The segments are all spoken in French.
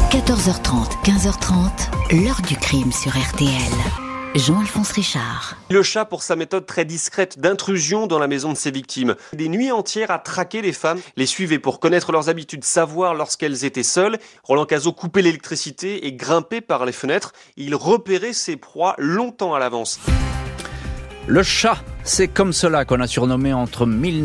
14h30, 15h30, l'heure du crime sur RTL. Jean-Alphonse Richard. Le chat pour sa méthode très discrète d'intrusion dans la maison de ses victimes. Des nuits entières à traquer les femmes, les suivait pour connaître leurs habitudes, savoir lorsqu'elles étaient seules. Roland Cazaux coupait l'électricité et grimpait par les fenêtres. Il repérait ses proies longtemps à l'avance. Le chat, c'est comme cela qu'on a surnommé entre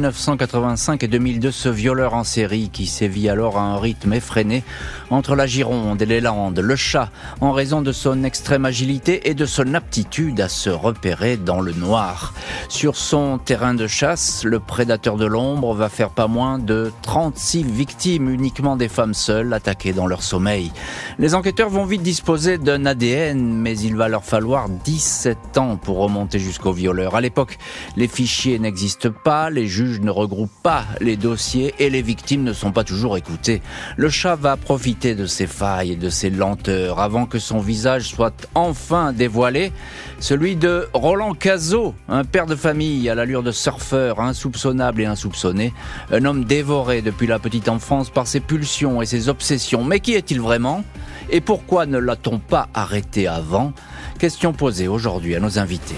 1985 et 2002 ce violeur en série qui sévit alors à un rythme effréné entre la Gironde et les Landes. Le chat, en raison de son extrême agilité et de son aptitude à se repérer dans le noir. Sur son terrain de chasse, le prédateur de l'ombre va faire pas moins de 36 victimes, uniquement des femmes seules, attaquées dans leur sommeil. Les enquêteurs vont vite disposer d'un ADN, mais il va leur falloir 17 ans pour remonter jusqu'au violeur. À l'époque, les fichiers n'existent pas, les juges ne regroupent pas les dossiers et les victimes ne sont pas toujours écoutées. Le chat va profiter de ses failles et de ses lenteurs avant que son visage soit enfin dévoilé. Celui de Roland Cazaux, un père de famille à l'allure de surfeur, insoupçonnable et insoupçonné. Un homme dévoré depuis la petite enfance par ses pulsions et ses obsessions. Mais qui est-il vraiment ? Et pourquoi ne l'a-t-on pas arrêté avant ? Question posée aujourd'hui à nos invités.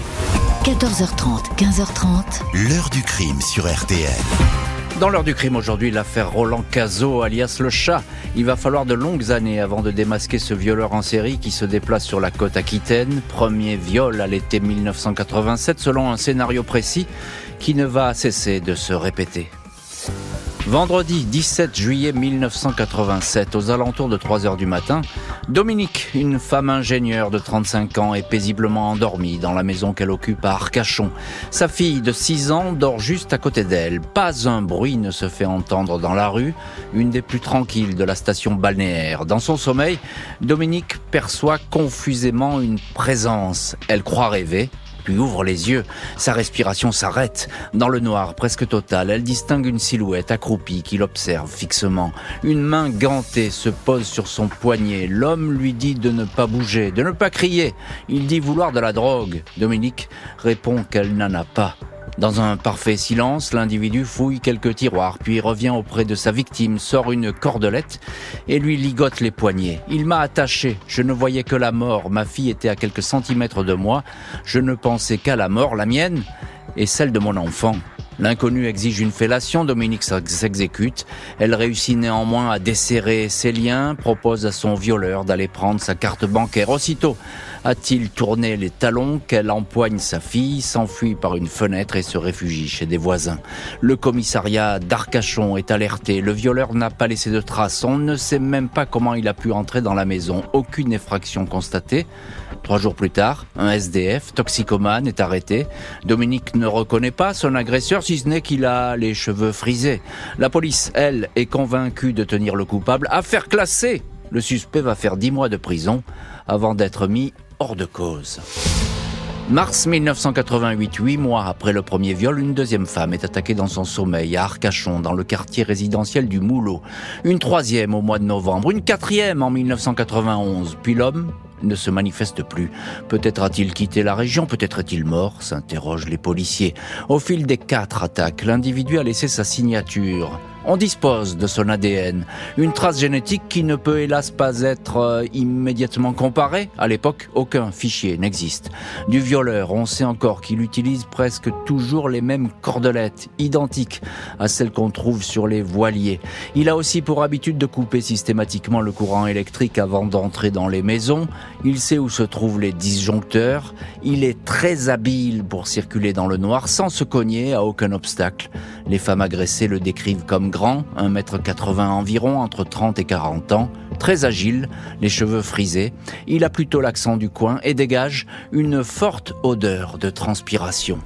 14h30, 15h30, l'heure du crime sur RTL. Dans l'heure du crime aujourd'hui, l'affaire Roland Cazaux, alias le chat. Il va falloir de longues années avant de démasquer ce violeur en série qui se déplace sur la côte aquitaine. Premier viol à l'été 1987, selon un scénario précis qui ne va cesser de se répéter. Vendredi 17 juillet 1987, aux alentours de 3h du matin, Dominique, une femme ingénieure de 35 ans, est paisiblement endormie dans la maison qu'elle occupe à Arcachon. Sa fille de 6 ans dort juste à côté d'elle. Pas un bruit ne se fait entendre dans la rue, une des plus tranquilles de la station balnéaire. Dans son sommeil, Dominique perçoit confusément une présence. Elle croit rêver. Puis ouvre les yeux, sa respiration s'arrête. Dans le noir presque total, elle distingue une silhouette accroupie qui l'observe fixement. Une main gantée se pose sur son poignet. L'homme lui dit de ne pas bouger, de ne pas crier. Il dit vouloir de la drogue. Dominique répond qu'elle n'en a pas. Dans un parfait silence, l'individu fouille quelques tiroirs, puis revient auprès de sa victime, sort une cordelette et lui ligote les poignets. Il m'a attaché, je ne voyais que la mort, ma fille était à quelques centimètres de moi, je ne pensais qu'à la mort, la mienne et celle de mon enfant. L'inconnu exige une fellation, Dominique s'exécute. Elle réussit néanmoins à desserrer ses liens, propose à son violeur d'aller prendre sa carte bancaire. Aussitôt a-t-il tourné les talons qu'elle empoigne sa fille, s'enfuit par une fenêtre et se réfugie chez des voisins. Le commissariat d'Arcachon est alerté. Le violeur n'a pas laissé de traces. On ne sait même pas comment il a pu entrer dans la maison. Aucune effraction constatée. 3 jours plus tard, un SDF, toxicomane, est arrêté. Dominique ne reconnaît pas son agresseur, si ce n'est qu'il a les cheveux frisés. La police, elle, est convaincue de tenir le coupable. Affaire classée. Le suspect va faire 10 mois de prison avant d'être mis hors de cause. Mars 1988, 8 mois après le premier viol, une deuxième femme est attaquée dans son sommeil à Arcachon, dans le quartier résidentiel du Moulot. Une troisième au mois de novembre, une quatrième en 1991. Puis l'homme ne se manifeste plus. Peut-être a-t-il quitté la région, peut-être est-il mort, s'interrogent les policiers. Au fil des 4 attaques, l'individu a laissé sa signature. On dispose de son ADN, une trace génétique qui ne peut hélas pas être immédiatement comparée. À l'époque, aucun fichier n'existe. Du violeur, on sait encore qu'il utilise presque toujours les mêmes cordelettes, identiques à celles qu'on trouve sur les voiliers. Il a aussi pour habitude de couper systématiquement le courant électrique avant d'entrer dans les maisons. Il sait où se trouvent les disjoncteurs. Il est très habile pour circuler dans le noir sans se cogner à aucun obstacle. Les femmes agressées le décrivent comme grand, 1m80 environ, entre 30 et 40 ans, très agile, les cheveux frisés. Il a plutôt l'accent du coin et dégage une forte odeur de transpiration.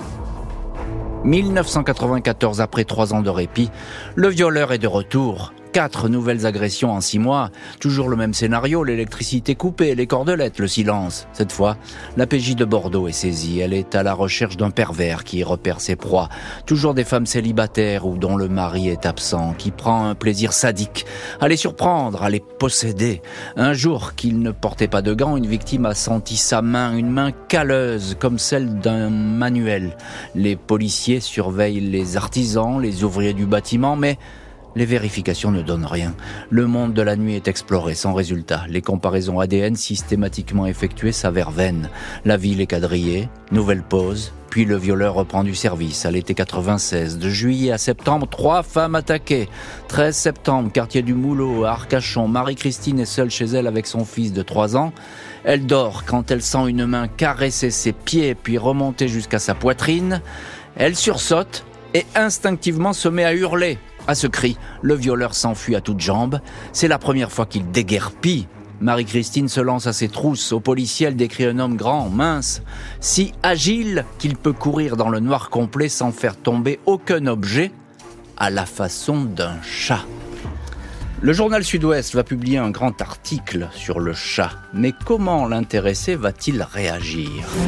1994, après 3 ans de répit, le violeur est de retour. 4 nouvelles agressions en 6 mois. Toujours le même scénario, l'électricité coupée, les cordelettes, le silence. Cette fois, la PJ de Bordeaux est saisie. Elle est à la recherche d'un pervers qui repère ses proies. Toujours des femmes célibataires ou dont le mari est absent, qui prend un plaisir sadique à les surprendre, à les posséder. Un jour qu'il ne portait pas de gants, une victime a senti sa main, une main calleuse comme celle d'un manuel. Les policiers surveillent les artisans, les ouvriers du bâtiment, mais Les vérifications ne donnent rien. Le monde de la nuit est exploré sans résultat. Les comparaisons ADN systématiquement effectuées s'avèrent vaines. La ville est quadrillée, nouvelle pause, puis le violeur reprend du service. À l'été 96, de juillet à septembre, 3 femmes attaquées. 13 septembre, quartier du Moulot, à Arcachon. Marie-Christine est seule chez elle avec son fils de 3 ans. Elle dort quand elle sent une main caresser ses pieds puis remonter jusqu'à sa poitrine. Elle sursaute et instinctivement se met à hurler. À ce cri, le violeur s'enfuit à toutes jambes. C'est la première fois qu'il déguerpit. Marie-Christine se lance à ses trousses. Au policier, elle décrit un homme grand, mince, si agile qu'il peut courir dans le noir complet sans faire tomber aucun objet, à la façon d'un chat. Le journal Sud-Ouest va publier un grand article sur le chat. Mais comment l'intéressé va-t-il réagir ?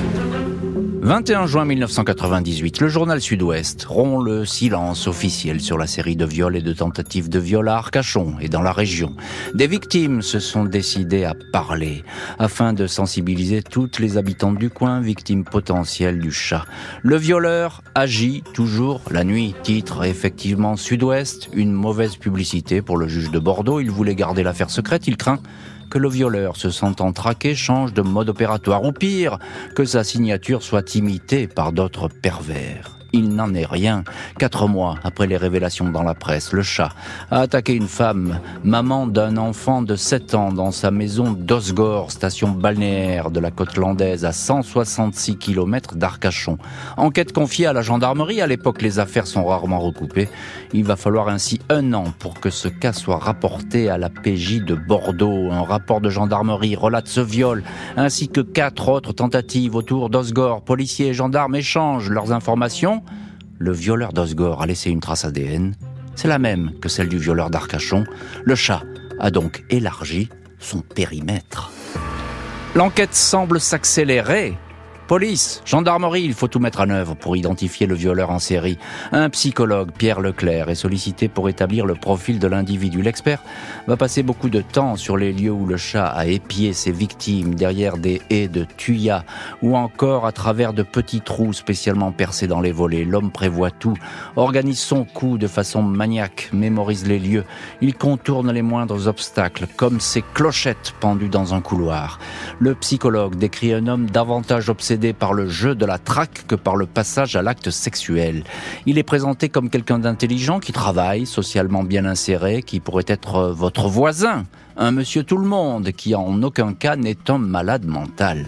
21 juin 1998, le journal Sud-Ouest rompt le silence officiel sur la série de viols et de tentatives de viol à Arcachon et dans la région. Des victimes se sont décidées à parler, afin de sensibiliser toutes les habitantes du coin, victimes potentielles du chat. Le violeur agit toujours la nuit, titre effectivement Sud-Ouest, une mauvaise publicité pour le juge de Bordeaux. Il voulait garder l'affaire secrète, il craint que le violeur, se sentant traqué, change de mode opératoire, ou pire, que sa signature soit imitée par d'autres pervers. Il n'en est rien. 4 mois après les révélations dans la presse, le chat a attaqué une femme, maman d'un enfant de 7 ans, dans sa maison d'Osgore, station balnéaire de la côte landaise, à 166 km d'Arcachon. Enquête confiée à la gendarmerie. À l'époque, les affaires sont rarement recoupées. Il va falloir ainsi 1 an pour que ce cas soit rapporté à la PJ de Bordeaux. Un rapport de gendarmerie relate ce viol, ainsi que 4 autres tentatives autour d'Osgore. Policiers et gendarmes échangent leurs informations. Le violeur d'Osgore a laissé une trace ADN. C'est la même que celle du violeur d'Arcachon. Le chat a donc élargi son périmètre. L'enquête semble s'accélérer. Police, gendarmerie, il faut tout mettre en œuvre pour identifier le violeur en série. Un psychologue, Pierre Leclerc, est sollicité pour établir le profil de l'individu. L'expert va passer beaucoup de temps sur les lieux où le chat a épié ses victimes, derrière des haies de tuyas ou encore à travers de petits trous spécialement percés dans les volets. L'homme prévoit tout, organise son coup de façon maniaque, mémorise les lieux. Il contourne les moindres obstacles, comme ces clochettes pendues dans un couloir. Le psychologue décrit un homme davantage obsédé par le jeu de la traque que par le passage à l'acte sexuel. Il est présenté comme quelqu'un d'intelligent qui travaille, socialement bien inséré, qui pourrait être votre voisin, un monsieur tout le monde qui en aucun cas n'est un malade mental.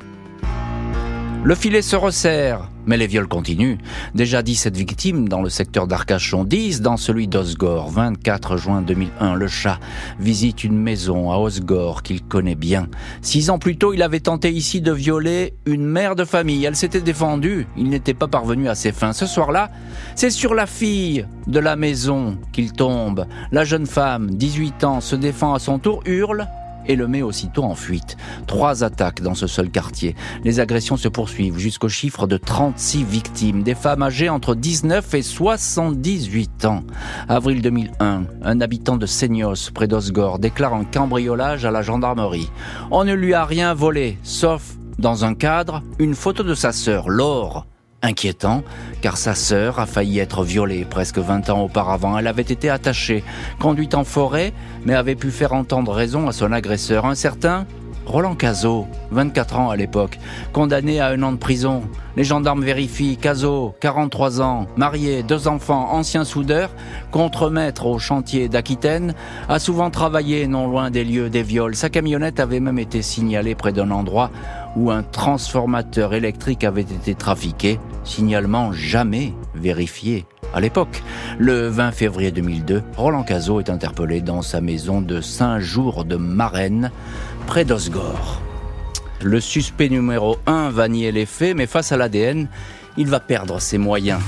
Le filet se resserre, mais les viols continuent. Déjà 17 victimes dans le secteur d'Arcachon, 10 dans celui d'Osgore. 24 juin 2001, le chat visite une maison à Osgore qu'il connaît bien. 6 ans plus tôt, il avait tenté ici de violer une mère de famille. Elle s'était défendue, il n'était pas parvenu à ses fins. Ce soir-là, c'est sur la fille de la maison qu'il tombe. La jeune femme, 18 ans, se défend à son tour, hurle et le met aussitôt en fuite. 3 attaques dans ce seul quartier. Les agressions se poursuivent jusqu'au chiffre de 36 victimes, des femmes âgées entre 19 et 78 ans. Avril 2001, un habitant de Seignos, près d'Osgore, déclare un cambriolage à la gendarmerie. On ne lui a rien volé, sauf, dans un cadre, une photo de sa sœur, Laure. Inquiétant, car sa sœur a failli être violée presque 20 ans auparavant. Elle avait été attachée, conduite en forêt, mais avait pu faire entendre raison à son agresseur. Un certain Roland Cazot, 24 ans à l'époque, condamné à 1 an de prison. Les gendarmes vérifient. Cazot, 43 ans, marié, 2 enfants, ancien soudeur, contremaître au chantier d'Aquitaine, a souvent travaillé non loin des lieux des viols. Sa camionnette avait même été signalée près d'un endroit où un transformateur électrique avait été trafiqué, signalement jamais vérifié. À l'époque, le 20 février 2002, Roland Cazot est interpellé dans sa maison de Saint-Jour-de-Marennes, près d'Osgore. Le suspect numéro 1 va nier les faits, mais face à l'ADN, il va perdre ses moyens.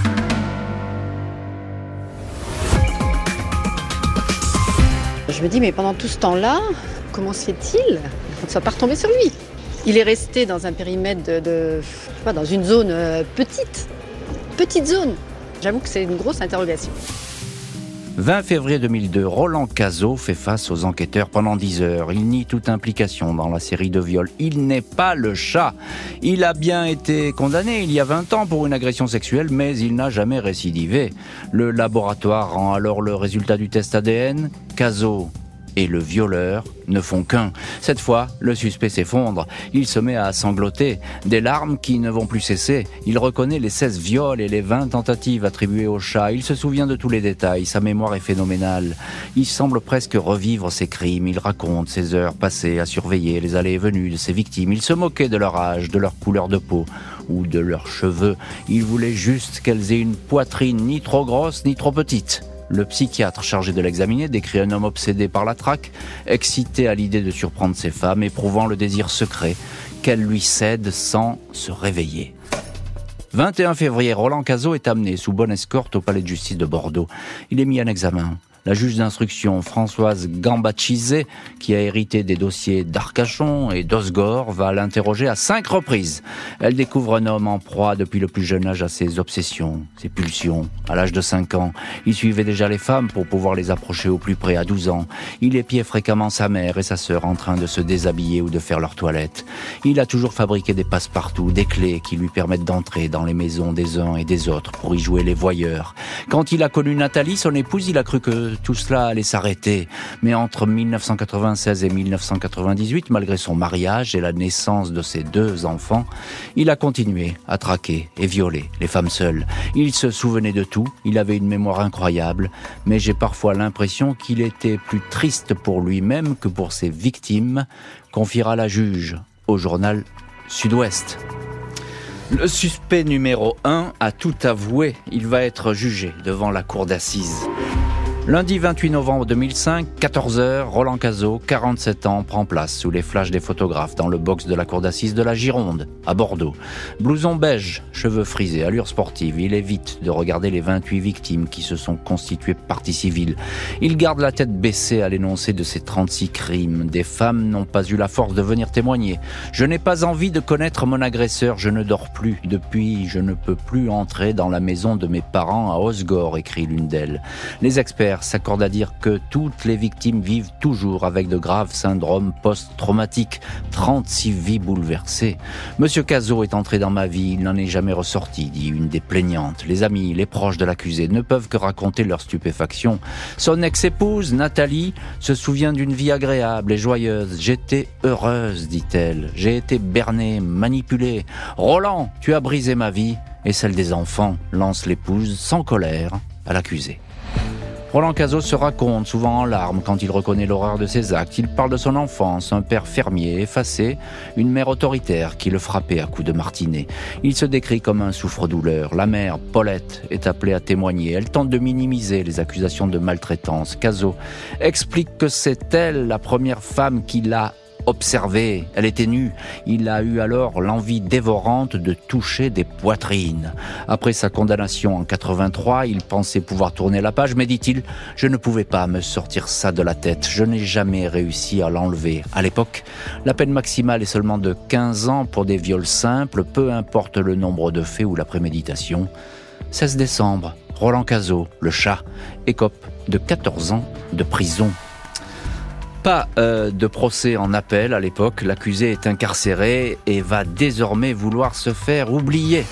Je me dis, mais pendant tout ce temps-là, comment se fait-il qu'on ne soit pas retombé sur lui ? Il est resté dans un périmètre dans une zone petite zone. J'avoue que c'est une grosse interrogation. 20 février 2002, Roland Cazaux fait face aux enquêteurs pendant 10 heures. Il nie toute implication dans la série de viols. Il n'est pas le chat. Il a bien été condamné il y a 20 ans pour une agression sexuelle, mais il n'a jamais récidivé. Le laboratoire rend alors le résultat du test ADN. Cazaux et le violeur ne font qu'un. Cette fois, le suspect s'effondre. Il se met à sangloter. Des larmes qui ne vont plus cesser. Il reconnaît les 16 viols et les 20 tentatives attribuées au chat. Il se souvient de tous les détails. Sa mémoire est phénoménale. Il semble presque revivre ses crimes. Il raconte ses heures passées à surveiller les allées et venues de ses victimes. Il se moquait de leur âge, de leur couleur de peau ou de leurs cheveux. Il voulait juste qu'elles aient une poitrine ni trop grosse ni trop petite. Le psychiatre chargé de l'examiner décrit un homme obsédé par la traque, excité à l'idée de surprendre ses femmes, éprouvant le désir secret qu'elles lui cèdent sans se réveiller. 21 février, Roland Cazaux est amené sous bonne escorte au palais de justice de Bordeaux. Il est mis en examen. La juge d'instruction Françoise Gambachisé, qui a hérité des dossiers d'Arcachon et d'Osgore, va l'interroger à 5 reprises. Elle découvre un homme en proie depuis le plus jeune âge à ses obsessions, ses pulsions. À l'âge de 5 ans, il suivait déjà les femmes pour pouvoir les approcher au plus près. À 12 ans, il épiait fréquemment sa mère et sa sœur en train de se déshabiller ou de faire leur toilette. Il a toujours fabriqué des passe-partout, des clés qui lui permettent d'entrer dans les maisons des uns et des autres pour y jouer les voyeurs. Quand il a connu Nathalie, son épouse, il a cru que tout cela allait s'arrêter. Mais entre 1996 et 1998, malgré son mariage et la naissance de ses 2 enfants, il a continué à traquer et violer les femmes seules. Il se souvenait de tout, il avait une mémoire incroyable, mais j'ai parfois l'impression qu'il était plus triste pour lui-même que pour ses victimes, confiera la juge au journal Sud-Ouest. Le suspect numéro 1 a tout avoué. Il va être jugé devant la cour d'assises. Lundi 28 novembre 2005, 14h, Roland Cazaux, 47 ans, prend place sous les flashs des photographes dans le box de la cour d'assises de la Gironde, à Bordeaux. Blouson beige, cheveux frisés, allure sportive, il évite de regarder les 28 victimes qui se sont constituées partie civile. Il garde la tête baissée à l'énoncé de ces 36 crimes. Des femmes n'ont pas eu la force de venir témoigner. Je n'ai pas envie de connaître mon agresseur, je ne dors plus. Depuis, je ne peux plus entrer dans la maison de mes parents à Osgore, écrit l'une d'elles. Les experts s'accordent à dire que toutes les victimes vivent toujours avec de graves syndromes post-traumatiques. 36 vies bouleversées. Monsieur Cazaux est entré dans ma vie, il n'en est jamais ressorti, dit une des plaignantes. Les amis, les proches de l'accusé ne peuvent que raconter leur stupéfaction. Son ex-épouse, Nathalie, se souvient d'une vie agréable et joyeuse. J'étais heureuse, dit-elle. J'ai été bernée, manipulée. Roland, tu as brisé ma vie et celle des enfants, lance l'épouse sans colère à l'accusé. Roland Cazaux se raconte, souvent en larmes, quand il reconnaît l'horreur de ses actes. Il parle de son enfance, un père fermier, effacé, une mère autoritaire qui le frappait à coups de martinet. Il se décrit comme un souffre-douleur. La mère, Paulette, est appelée à témoigner. Elle tente de minimiser les accusations de maltraitance. Cazaux explique que c'est elle, la première femme qui l'a observée. Elle était nue. Il a eu alors l'envie dévorante de toucher des poitrines. Après sa condamnation en 83, il pensait pouvoir tourner la page, mais dit-il, je ne pouvais pas me sortir ça de la tête. Je n'ai jamais réussi à l'enlever. À l'époque, la peine maximale est seulement de 15 ans pour des viols simples, peu importe le nombre de faits ou la préméditation. 16 décembre, Roland Cazaux, le chat, écope de 14 ans de prison. Pas de procès en appel à l'époque, l'accusé est incarcéré et va désormais vouloir se faire oublier.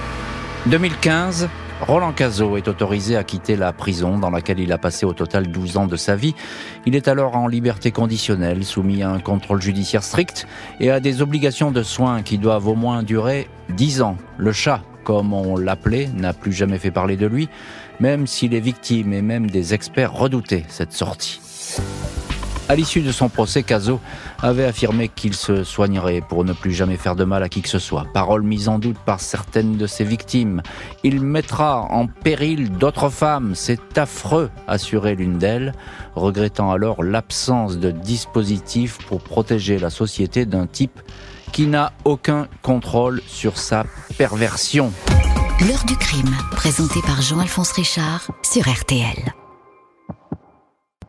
2015, Roland Cazaux est autorisé à quitter la prison dans laquelle il a passé au total 12 ans de sa vie. Il est alors en liberté conditionnelle, soumis à un contrôle judiciaire strict et à des obligations de soins qui doivent au moins durer 10 ans. Le chat, comme on l'appelait, n'a plus jamais fait parler de lui, même si les victimes et même des experts redoutaient cette sortie. À l'issue de son procès, Cazaux avait affirmé qu'il se soignerait pour ne plus jamais faire de mal à qui que ce soit. Parole mise en doute par certaines de ses victimes. Il mettra en péril d'autres femmes. C'est affreux, assurait l'une d'elles, regrettant alors l'absence de dispositif pour protéger la société d'un type qui n'a aucun contrôle sur sa perversion. L'heure du crime, présenté par Jean-Alphonse Richard sur RTL.